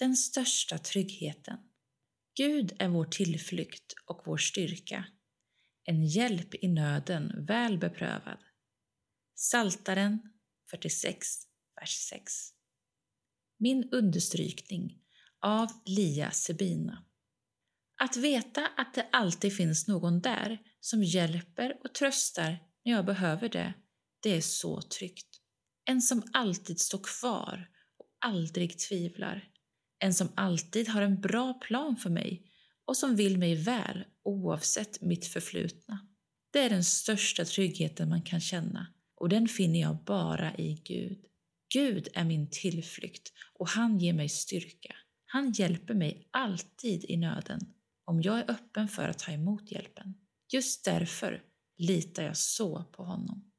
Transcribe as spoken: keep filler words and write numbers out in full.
den största tryggheten. Gud är vår tillflykt och vår styrka, en hjälp i nöden väl beprövad. Psaltaren fyrtiosex, vers sex. Min understrykning av Lia Sebina. Att veta att det alltid finns någon där som hjälper och tröstar när jag behöver det, det är så tryggt. En som alltid står kvar och aldrig tvivlar. En som alltid har en bra plan för mig och som vill mig väl oavsett mitt förflutna. Det är den största tryggheten man kan känna och den finner jag bara i Gud. Gud är min tillflykt och han ger mig styrka. Han hjälper mig alltid i nöden om jag är öppen för att ta emot hjälpen. Just därför litar jag så på honom.